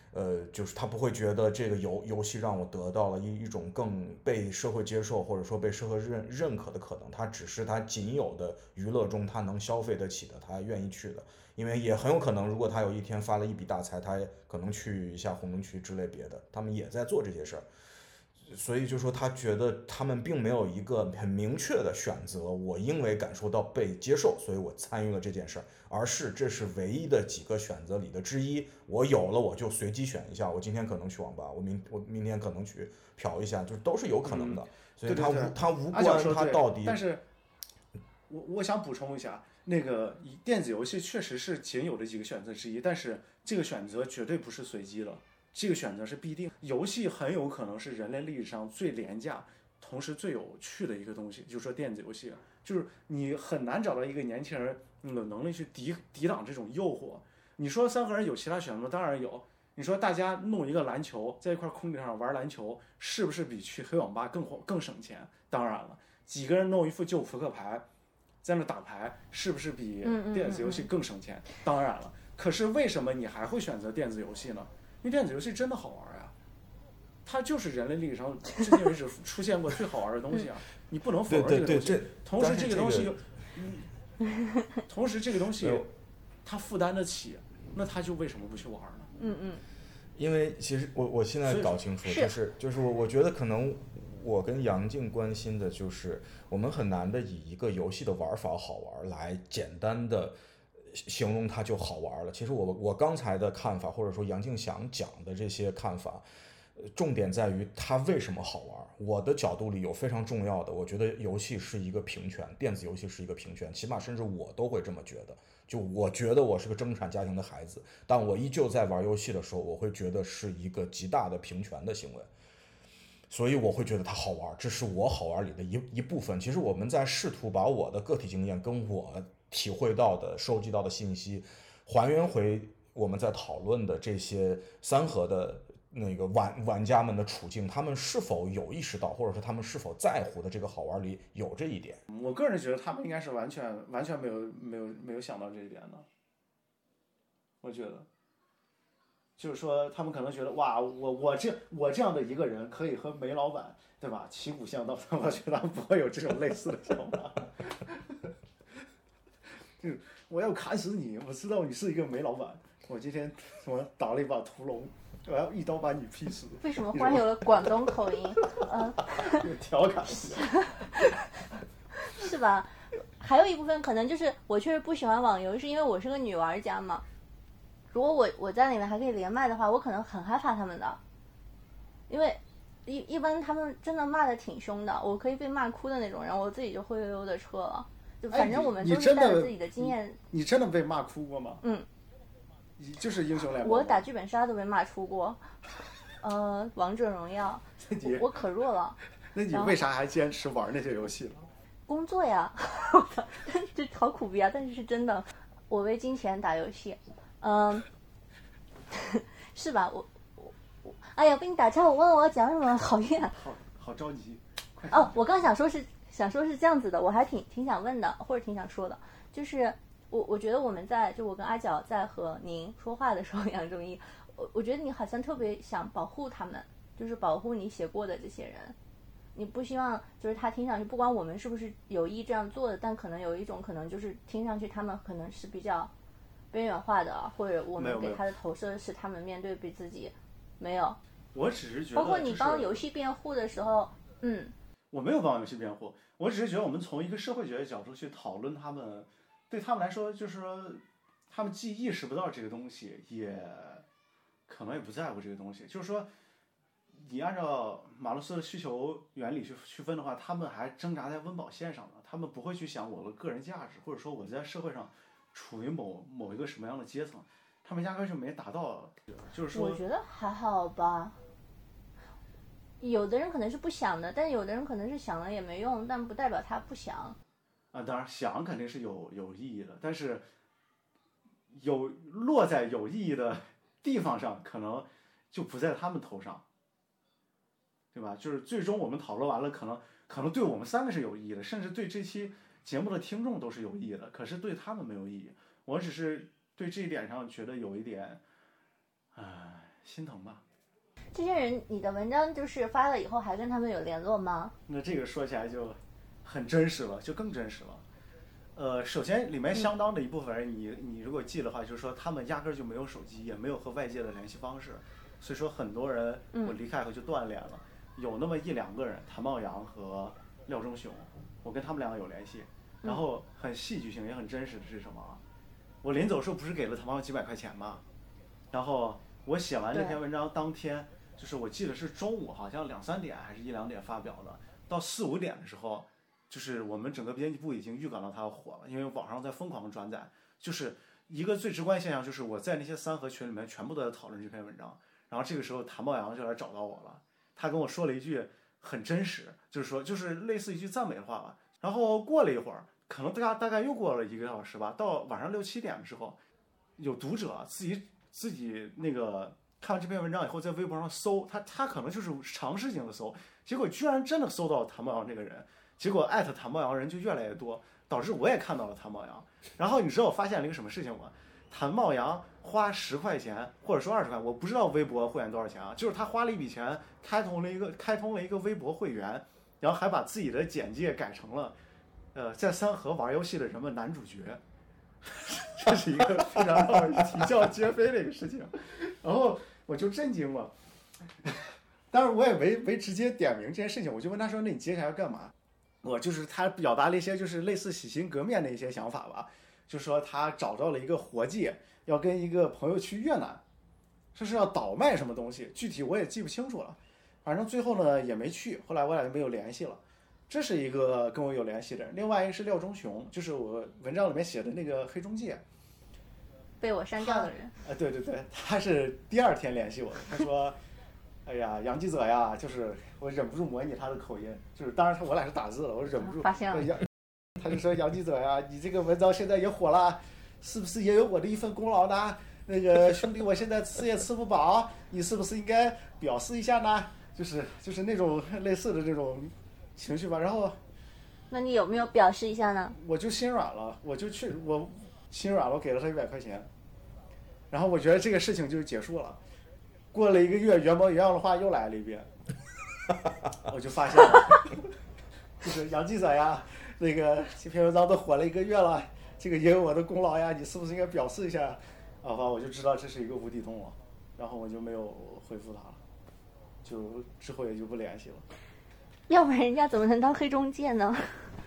呃，就是他不会觉得这个游游戏让我得到了一一种更被社会接受或者说被社会认认可的可能，他只是他仅有的娱乐中他能消费得起的，他愿意去的，因为也很有可能，如果他有一天发了一笔大财，他也可能去一下红灯区之类别的，他们也在做这些事儿。所以就说他觉得他们并没有一个很明确的选择，我因为感受到被接受，所以我参与了这件事儿，而是这是唯一的几个选择里的之一。我有了我就随机选一下，我今天可能去网吧，我明我明天可能去嫖一下，就都是有可能的。 嗯、 所以他无对对对他无关他到底。 但是，我我想补充一下，那个电子游戏确实是仅有的几个选择之一，但是这个选择绝对不是随机的。这个选择是必定，游戏很有可能是人类历史上最廉价，同时最有趣的一个东西。就是说电子游戏，就是你很难找到一个年轻人有能力去抵抵挡这种诱惑。你说三个人有其他选择，当然有。你说大家弄一个篮球，在一块空地上玩篮球，是不是比去黑网吧更更省钱？当然了。几个人弄一副旧扑克牌，在那打牌，是不是比电子游戏更省钱？当然了。可是为什么你还会选择电子游戏呢？因为电子游戏真的好玩呀，它就是人类历史上至今为止出现过最好玩的东西啊！你不能否认这个东西。同时，这个东西又，嗯，同时这个东西，它负担得起，那他就为什么不去玩呢？ 嗯嗯。 因为其实我我现在搞清楚，就是就是我我觉得可能我跟杨静关心的就是，我们很难的以一个游戏的玩法好玩来简单的形容它就好玩了。其实我我刚才的看法，或者说杨静想讲的这些看法，重点在于它为什么好玩。我的角度里有非常重要的，我觉得游戏是一个平权，电子游戏是一个平权，起码甚至我都会这么觉得。就我觉得我是个中产家庭的孩子，但我依旧在玩游戏的时候，我会觉得是一个极大的平权的行为，所以我会觉得它好玩，这是我好玩里的一一部分。其实我们在试图把我的个体经验跟我体会到的、收集到的信息，还原回我们在讨论的这些三核的那个玩玩家们的处境，他们是否有意识到，或者说他们是否在乎的这个好玩里有这一点？ 我个人觉得他们应该是完全完全没有没有没有想到这一点的。我觉得，就是说他们可能觉得哇，我我这我这样的一个人可以和煤老板对吧旗鼓相当，我觉得他们不会有这种类似的想法。就是我要砍死你，我知道你是一个煤老板，我今天什么打了一把屠龙。我要一刀把你劈死。 为什么忽然有了广东口音？嗯， 调侃是吧？还有一部分可能就是我确实不喜欢网游，是因为我是个女玩家嘛。如果我我在里面还可以连麦的话，我可能很害怕他们的，因为一一般他们真的骂的挺凶的，我可以被骂哭的那种，然后我自己就灰悠悠的撤了。就反正我们都是带着自己的经验。 你, 你真的被骂哭过吗？ 嗯。 就是英雄联盟， 我打剧本杀都被骂出过，呃，王者荣耀，我, 我可弱了。 那你为啥还坚持玩那些游戏了？ 工作呀，这好苦逼啊！但是是真的，我为金钱打游戏，嗯，是吧？我我我，哎呀，被你打岔，我忘了我要讲什么，讨厌。 好好着急。 哦，我刚想说是想说是这样子的，我还挺挺想问的，或者挺想说的，就是。我我觉得我们在就我跟阿角在和您说话的时候，杨中医，我我觉得你好像特别想保护他们，就是保护你写过的这些人，你不希望就是他听上去，不管我们是不是有意这样做的，但可能有一种可能就是听上去他们可能是比较边缘化的，或者我们给他的投射是他们面对比自己没有。 我只是觉得， 包括你帮游戏辩护的时候，嗯， 我没有帮游戏辩护，我只是觉得我们从一个社会学的角度去讨论他们。对他们来说，就是说，他们既意识不到这个东西，也可能也不在乎这个东西。就是说，你按照马洛斯的需求原理去区分的话，他们还挣扎在温饱线上呢。他们不会去想我的个人价值，或者说我在社会上处于某某一个什么样的阶层，他们压根就没达到。就是说， 我觉得还好吧。有的人可能是不想的，但有的人可能是想了也没用，但不代表他不想。 啊，当然想肯定是有有意义的，但是有落在有意义的地方上，可能就不在他们头上，对吧？就是最终我们讨论完了，可能可能对我们三个是有意义的，甚至对这期节目的听众都是有意义的，可是对他们没有意义。我只是对这一点上觉得有一点，唉、呃， 心疼吧。 这些人，你的文章就是发了以后还跟他们有联络吗？ 那这个说起来就很真实了，就更真实了。呃，首先里面相当的一部分人，你你如果记的话，就是说他们压根儿就没有手机，也没有和外界的联系方式，所以说很多人我离开以后就断联了。有那么一两个人，谭茂阳和廖忠雄，我跟他们两个有联系。然后很戏剧性也很真实的是什么？我临走的时候不是给了谭茂阳几百块钱吗？然后我写完这篇文章当天，就是我记得是中午，好像两三点还是一两点发表的，到四五点的时候。就是我们整个编辑部已经预感到它要火了，因为网上在疯狂转载。就是一个最直观现象，就是我在那些三合群里面全部都在讨论这篇文章。然后这个时候谭茂阳就来找到我了，他跟我说了一句很真实，就是说就是类似一句赞美的话吧。然后过了一会儿，可能大概大概又过了一个小时吧，到晚上六七点的时候，有读者自己自己那个看完这篇文章以后，在微博上搜他，他可能就是尝试性的搜，结果居然真的搜到谭茂阳这个人。结果艾特谭茂阳人就越来越多，导致我也看到了谭茂阳。然后你知道我发现了一个什么事情吗？谭茂阳花十块钱或者说二十块，我不知道微博会员多少钱啊，就是他花了一笔钱开通了一个开通了一个微博会员，然后还把自己的简介改成了，呃，在三河玩游戏的人们男主角，这是一个非常让人啼笑皆非的一个事情。然后我就震惊了，当然我也没没直接点名这件事情，我就问他说：“那你接下来要干嘛？”我就是他表达了一些就是类似洗心革面的一些想法吧，就说他找到了一个活计，要跟一个朋友去越南，说是要倒卖什么东西，具体我也记不清楚了，反正最后呢也没去，后来我俩就没有联系了。这是一个跟我有联系的人，另外一个是廖忠雄，就是我文章里面写的那个黑中介， 被我删掉的人。 啊，对对对，他是第二天联系我的，他说。哎呀，杨记者呀，就是我忍不住模拟他的口音，就是当然他我俩是打字了，我忍不住发现了。 他就说杨记者呀，你这个文章现在也火了，是不是也有我的一份功劳呢？那个兄弟，我现在吃也吃不饱，你是不是应该表示一下呢？就是就是那种类似的这种情绪吧。然后， 那你有没有表示一下呢？ 我就心软了，我就去，我心软了，我给了他一百块钱，然后我觉得这个事情就结束了。过了一个月，原模原样的话又来了一遍，我就发现了，就是杨记者呀，那个这篇文章都火了一个月了，这个也有我的功劳呀，你是不是应该表示一下？好吧，我就知道这是一个无底洞了，然后我就没有回复他了，就之后也就不联系了。 要不然人家怎么能当黑中介呢？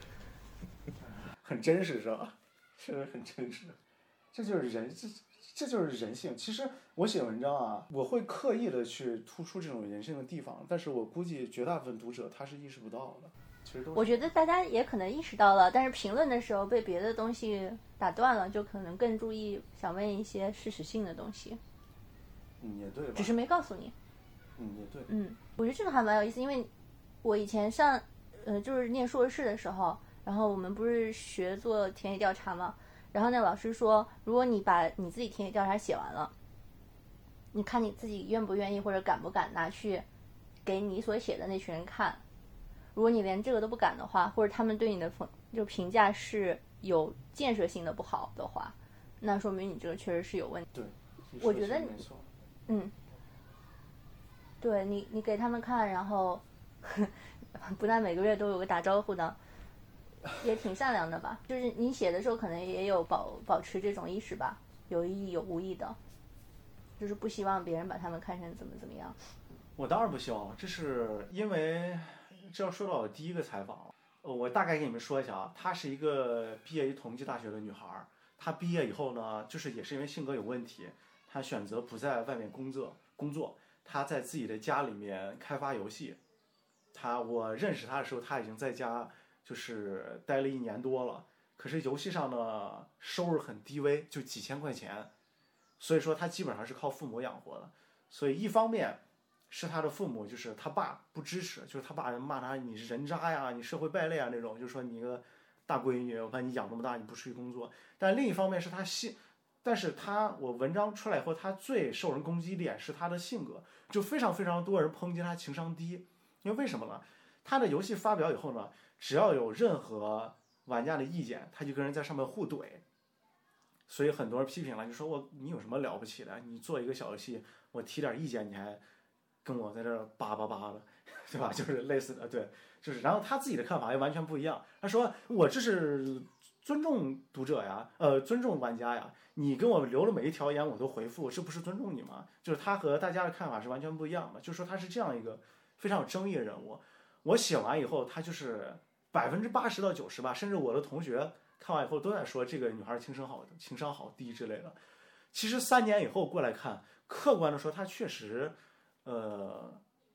很真实是吧？是很真实，这就是人这。这就是人性。其实我写文章啊，我会刻意的去突出这种人性的地方，但是我估计绝大部分读者他是意识不到的。其实都我觉得大家也可能意识到了，但是评论的时候被别的东西打断了，就可能更注意想问一些事实性的东西。 嗯，也对吧？ 只是没告诉你。 嗯，也对。 嗯，我觉得这个还蛮有意思，因为我以前上呃就是念硕士的时候，然后我们不是学做田野调查吗？然后那老师说，如果你把你自己田野调查写完了，你看你自己愿不愿意或者敢不敢拿去给你所写的那群人看。如果你连这个都不敢的话，或者他们对你的就评价是有建设性的不好的话，那说明你这个确实是有问题。 对， 我觉得没错。 嗯，对你你给他们看，然后不但每个月都有个打招呼的。也挺善良的吧，就是你写的时候可能也有保保持这种意识吧，有意有无意的，就是不希望别人把他们看成怎么怎么样。 我当然不希望，这是因为这要说到我第一个采访，呃，我大概给你们说一下啊，她是一个毕业于同济大学的女孩，她毕业以后呢，就是也是因为性格有问题，她选择不在外面工作工作，她在自己的家里面开发游戏。她我认识她的时候，她已经在家。就是待了一年多了，可是游戏上呢收入很低微，就几千块钱，所以说他基本上是靠父母养活的。所以一方面是他的父母，就是他爸不支持，就是他爸骂他你是人渣呀，你社会败类啊那种，就说你一个大闺女，我把你养那么大，你不出去工作。但另一方面是他性，但是他我文章出来以后，他最受人攻击点是他的性格，就非常非常多人抨击他情商低，因为为什么呢？他的游戏发表以后呢，只要有任何玩家的意见，他就跟人在上面互怼，所以很多人批评了，就说我你有什么了不起的？你做一个小游戏我提点意见你还跟我在这儿叭叭叭的，对吧？就是类似的，对，就是，然后他自己的看法也完全不一样。他说我这是尊重读者呀，呃，尊重玩家呀，你跟我留了每一条言我都回复，这不是尊重你吗？就是他和大家的看法是完全不一样的，就说他是这样一个非常有争议的人物。我写完以后，他就是百分之八十到九十吧，甚至我的同学看完以后都在说这个女孩情商好，情商好低之类的。其实三年以后过来看，客观的说，他确实，呃，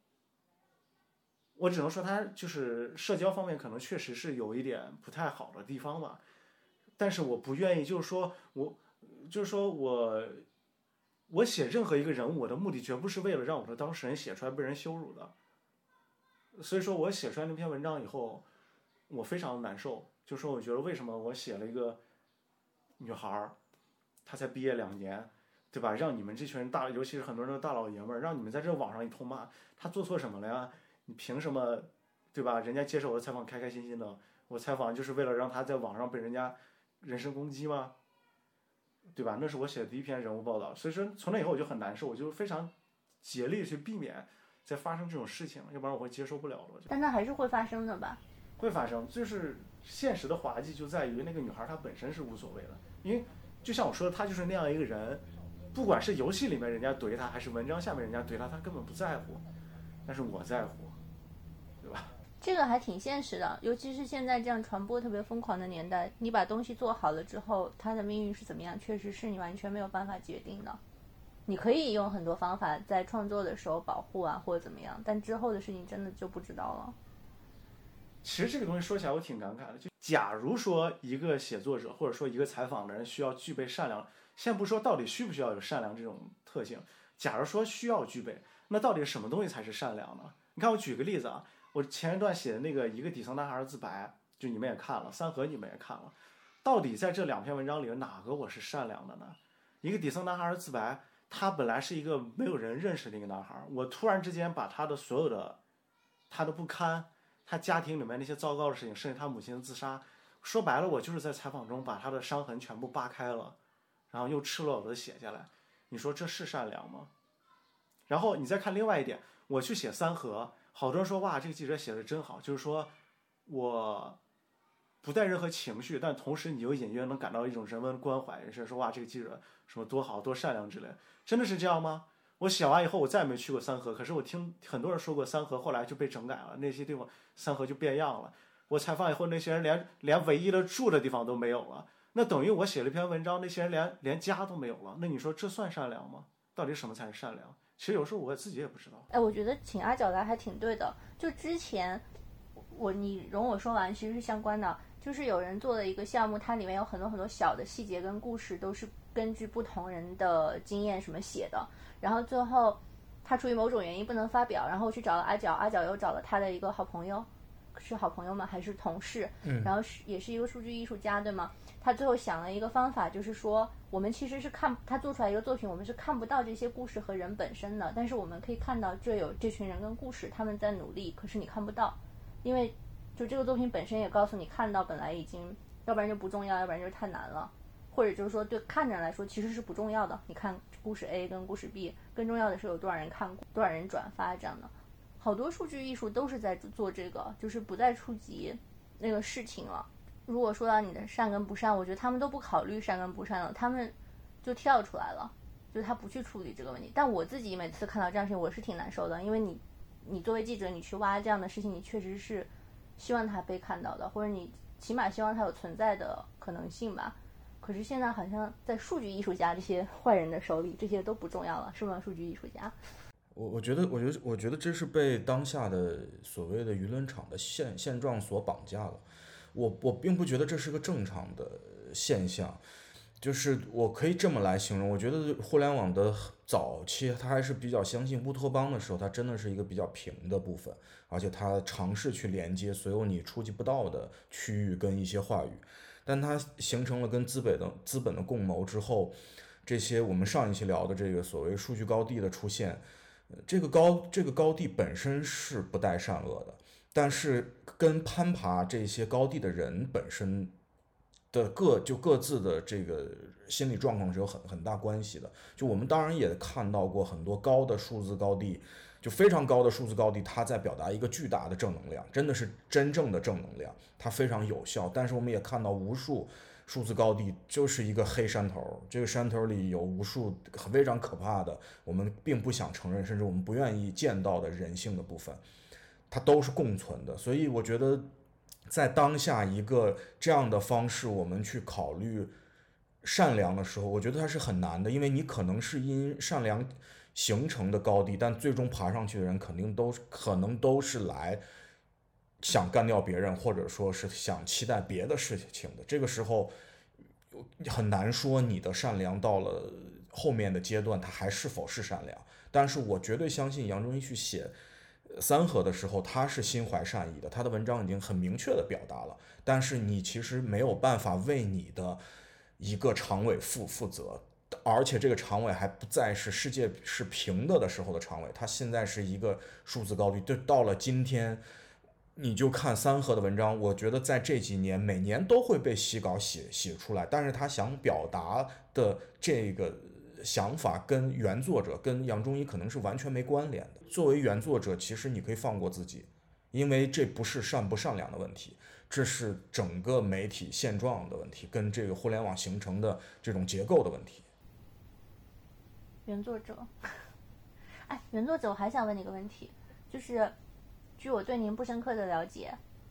我只能说他就是社交方面可能确实是有一点不太好的地方吧。但是我不愿意，就是说我，就是说我，我写任何一个人物，我的目的绝不是为了让我的当事人写出来被人羞辱的。所以说我写出来那篇文章以后，我非常难受，就说我觉得为什么我写了一个女孩，她才毕业两年，对吧？让你们这群人大，尤其是很多人的大老爷们儿，让你们在这网上一通骂，她做错什么了呀？你凭什么，对吧？人家接受我的采访开开心心的，我采访就是为了让她在网上被人家人身攻击吗？对吧？那是我写的第一篇人物报道，所以说从那以后我就很难受，我就非常竭力去避免再发生这种事情，要不然我会接受不了的。 但那还是会发生的吧？ 会发生，就是现实的滑稽就在于那个女孩她本身是无所谓的，因为就像我说的，她就是那样一个人，不管是游戏里面人家怼她，还是文章下面人家怼她，她根本不在乎，但是我在乎，对吧？ 这个还挺现实的，尤其是现在这样传播特别疯狂的年代，你把东西做好了之后，它的命运是怎么样，确实是你完全没有办法决定的。你可以用很多方法在创作的时候保护啊，或者怎么样，但之后的事情真的就不知道了。 其实这个东西说起来我挺感慨的，就假如说一个写作者或者说一个采访的人需要具备善良，先不说到底需不需要有善良这种特性，假如说需要具备，那到底什么东西才是善良呢？你看我举个例子啊，我前一段写的那个一个底层男孩的自白，就你们也看了，三河你们也看了，到底在这两篇文章里哪个我是善良的呢？一个底层男孩的自白，他本来是一个没有人认识的一个男孩，我突然之间把他的所有的他的不堪，他家庭里面那些糟糕的事情，甚至他母亲的自杀，说白了我就是在采访中把他的伤痕全部扒开了，然后又赤裸裸的写下来，你说这是善良吗？然后你再看另外一点，我去写三河，好多人说哇这个记者写的真好，就是说我不带任何情绪，但同时你又隐约能感到一种人文关怀，是说哇这个记者什么多好多善良之类，真的是这样吗？我写完以后我再也没去过三河，可是我听很多人说过三河后来就被整改了，那些地方三河就变样了，我采访以后那些人连连唯一的住的地方都没有了，那等于我写了一篇文章，那些人连连家都没有了，那你说这算善良吗？到底什么才是善良？其实有时候我自己也不知道。 哎，我觉得请阿角来还挺对的。就之前我你容我说完，其实是相关的。就是有人做了一个项目，它里面有很多很多小的细节跟故事，都是根据不同人的经验什么写的。然后最后他出于某种原因不能发表，然后去找了阿角，阿角又找了他的一个好朋友，是好朋友吗？还是同事？嗯，然后是也是一个数据艺术家，对吗？他最后想了一个方法，就是说我们其实是看他做出来一个作品，我们是看不到这些故事和人本身的，但是我们可以看到这有这群人跟故事，他们在努力，可是你看不到，因为就这个作品本身也告诉你，看到本来已经要不然就不重要，要不然就是太难了，或者就是说对看着来说其实是不重要的。你看故事 A 跟故事 B， 更重要的是有多少人看过，多少人转发，这样的。好多数据艺术都是在做这个，就是不再触及那个事情了。如果说到你的善跟不善，我觉得他们都不考虑善跟不善了，他们就跳出来了，就是他不去处理这个问题。但我自己每次看到这样的事情，我是挺难受的，因为你你作为记者，你去挖这样的事情，你确实是希望它被看到的，或者你起码希望它有存在的可能性吧。可是现在好像在数据艺术家这些坏人的手里，这些都不重要了，是吗？数据艺术家。 我我觉得，我觉得，我觉得这是被当下的所谓的舆论场的现现状所绑架了。我我并不觉得这是个正常的现象，就是我可以这么来形容。我觉得互联网的早期，它还是比较相信乌托邦的时候，它真的是一个比较平的部分，而且它尝试去连接所有你触及不到的区域跟一些话语。但它形成了跟资本的资本的共谋之后，这些我们上一期聊的这个所谓数据高地的出现。这个高这个高地本身是不带善恶的，但是跟攀爬这些高地的人本身， 的各就各自的这个心理状况是有很很大关系的。就我们当然也看到过很多高的数字高地，就非常高的数字高地，它在表达一个巨大的正能量，真的是真正的正能量，它非常有效。但是我们也看到无数数字高地就是一个黑山头，这个山头里有无数非常可怕的，我们并不想承认，甚至我们不愿意见到的人性的部分，它都是共存的。所以我觉得在当下一个这样的方式，我们去考虑善良的时候，我觉得它是很难的，因为你可能是因善良形成的高地，但最终爬上去的人肯定都可能都是来想干掉别人，或者说是想期待别的事情的。这个时候很难说你的善良到了后面的阶段，它还是否是善良。但是我绝对相信杨中一去写三河的时候，他是心怀善意的，他的文章已经很明确的表达了。但是你其实没有办法为你的一个常委负负责，而且这个常委还不再是世界是平的的时候的常委，他现在是一个数字高地。就到了今天，你就看三河的文章，我觉得在这几年每年都会被洗稿写写出来，但是他想表达的这个想法跟原作者跟杨中一可能是完全没关联的。作为原作者，其实你可以放过自己，因为这不是善不善良的问题，这是整个媒体现状的问题，跟这个互联网形成的这种结构的问题。 原作者，哎，原作者，我还想问你一个问题，就是据我对您不深刻的了解，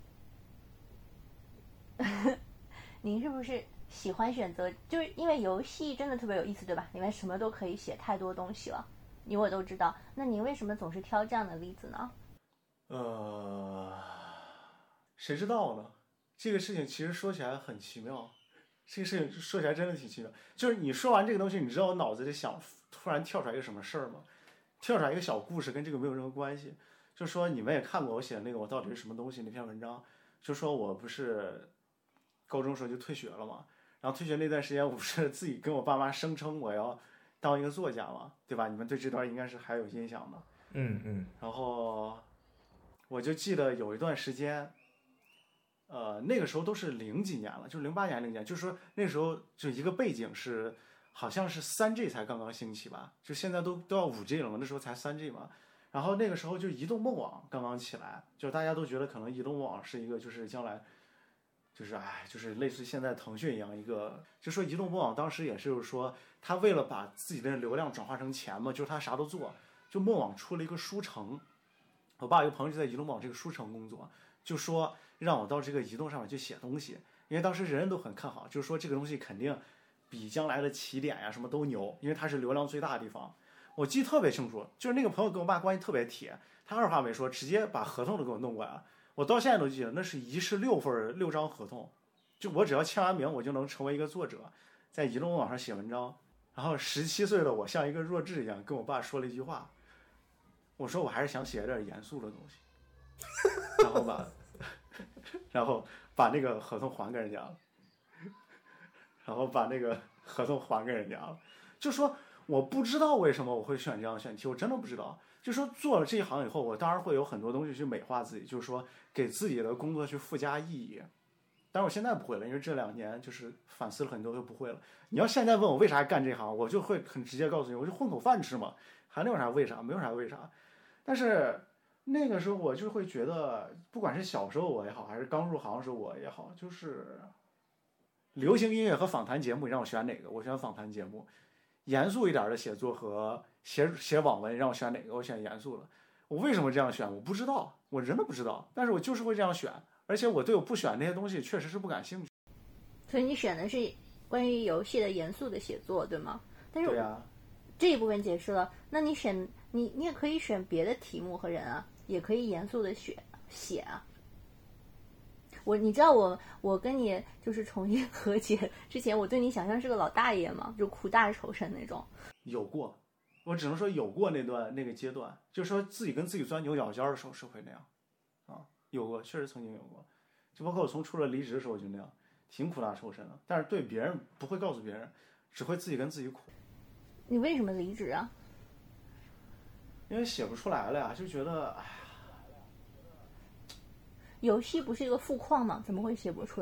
您是不是喜欢选择，就是因为游戏真的特别有意思，对吧？里面什么都可以写，太多东西了，你我都知道。那您为什么总是挑这样的例子呢？ 呃，谁知道呢？这个事情其实说起来很奇妙，这个事情说起来真的挺奇妙。就是你说完这个东西，你知道我脑子里想突然跳出来一个什么事儿吗？跳出来一个小故事，跟这个没有任何关系。就说你们也看过我写的那个我到底是什么东西那篇文章，就说我不是高中时候就退学了嘛，然后退学那段时间我不是自己跟我爸妈声称我要当一个作家嘛，对吧？你们对这段应该是还有印象的。 嗯嗯。 然后我就记得有一段时间，呃，那个时候都是零几年了，就是零八年零年，就是说那时候就一个背景是，好像是三 G 才刚刚兴起吧，就现在都都要五 G 了嘛，那时候才三 G 嘛。然后那个时候就移动梦网刚刚起来，就大家都觉得可能移动梦网是一个就是将来，就是哎，就是类似现在腾讯一样一个，就说移动梦网当时也是就是说，他为了把自己的流量转化成钱嘛，就是他啥都做，就梦网出了一个书城。我爸有个朋友就在移动网这个书城工作，就说让我到这个移动上面去写东西，因为当时人人都很看好，就是说这个东西肯定比将来的起点呀什么都牛，因为它是流量最大的地方。我记得特别清楚，就是那个朋友跟我爸关系特别铁，他二话没说，直接把合同都给我弄过来了。我到现在都记得，那是一式六份六张合同，就我只要签完名，我就能成为一个作者，在移动网上写文章。然后十七岁的我像一个弱智一样跟我爸说了一句话，我说我还是想写点严肃的东西，然后把然后把那个合同还给人家了，然后把那个合同还给人家了，就说我不知道为什么我会选这样的选题，我真的不知道。就说做了这一行以后，我当然会有很多东西去美化自己，就是说给自己的工作去附加意义。但是我现在不会了，因为这两年就是反思了很多，就不会了。你要现在问我为啥干这行，我就会很直接告诉你，我就混口饭吃嘛，还能有啥为啥？没有啥为啥。但是那个时候我就会觉得，不管是小时候我也好，还是刚入行的时候我也好，就是流行音乐和访谈节目，你让我选哪个？我选访谈节目。严肃一点的写作和写写网文，让我选哪个？我选严肃的。我为什么这样选？我不知道，我真的不知道。但是我就是会这样选，而且我对我不选那些东西确实是不感兴趣。 所以你选的是关于游戏的严肃的写作，对吗？但是对呀、啊， 这一部分解释了，那你选你你也可以选别的题目和人啊，也可以严肃的写写啊。我你知道我我跟你就是重新和解之前，我对你想象是个老大爷嘛，就苦大仇深那种。 有过，我只能说有过那段那个阶段，就是说自己跟自己钻牛角尖的时候是会那样，啊，有过，确实曾经有过，就包括我从出了离职的时候就那样，挺苦大仇深的，但是对别人不会告诉别人，只会自己跟自己苦。 你为什么离职啊？ 因为写不出来了呀，就觉得哎。 游戏不是一个富矿吗？怎么会写不出来呢？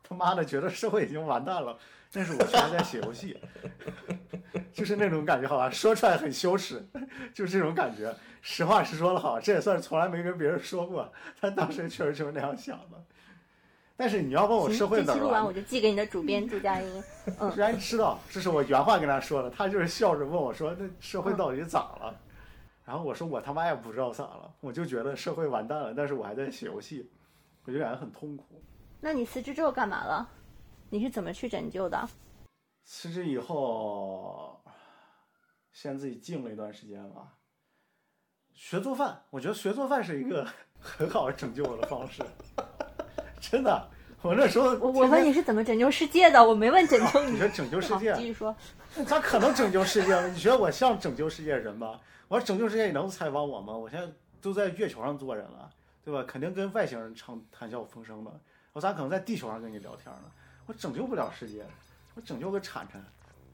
他妈的觉得社会已经完蛋了，但是我却还在写游戏，就是那种感觉，好吧，说出来很羞耻，就是这种感觉。实话实说了，好，这也算是从来没跟别人说过，但当时确实就是那样想的。但是你要问我社会哪儿， 这期录完我就寄给你的主编朱佳音。嗯， 居然知道，这是我原话跟他说的，他就是笑着问我说：“那社会到底咋了？”嗯、然后我说：“我他妈也不知道咋了，我就觉得社会完蛋了，但是我还在写游戏，我就感觉很痛苦。” 那你辞职之后干嘛了？你是怎么去拯救的？ 辞职以后，先自己静了一段时间吧。学做饭，我觉得学做饭是一个很好拯救我的方式。真的，我那时候我我问你是怎么拯救世界的，我没问拯救你。 你说拯救世界？ 继续说。 咋可能拯救世界？你觉得我像拯救世界的人吗？我说拯救世界，你能采访我吗？我现在都在月球上做人了，对吧？肯定跟外星人唱谈笑风生的。我咋可能在地球上跟你聊天呢？我拯救不了世界，我拯救个铲铲。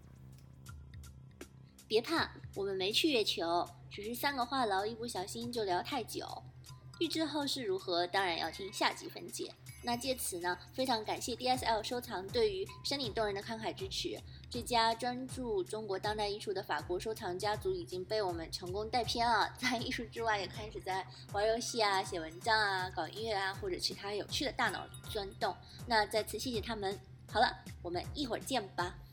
别怕，我们没去月球，只是三个话痨一不小心就聊太久。预知后事如何，当然要听下集分解。那借此呢，非常感谢 D S L 收藏对于山顶洞人的慷慨支持。这家专注中国当代艺术的法国收藏家族已经被我们成功带偏了，在艺术之外也开始在玩游戏啊、写文章啊、搞音乐啊，或者其他有趣的大脑钻动。那再次谢谢他们。好了，我们一会儿见吧。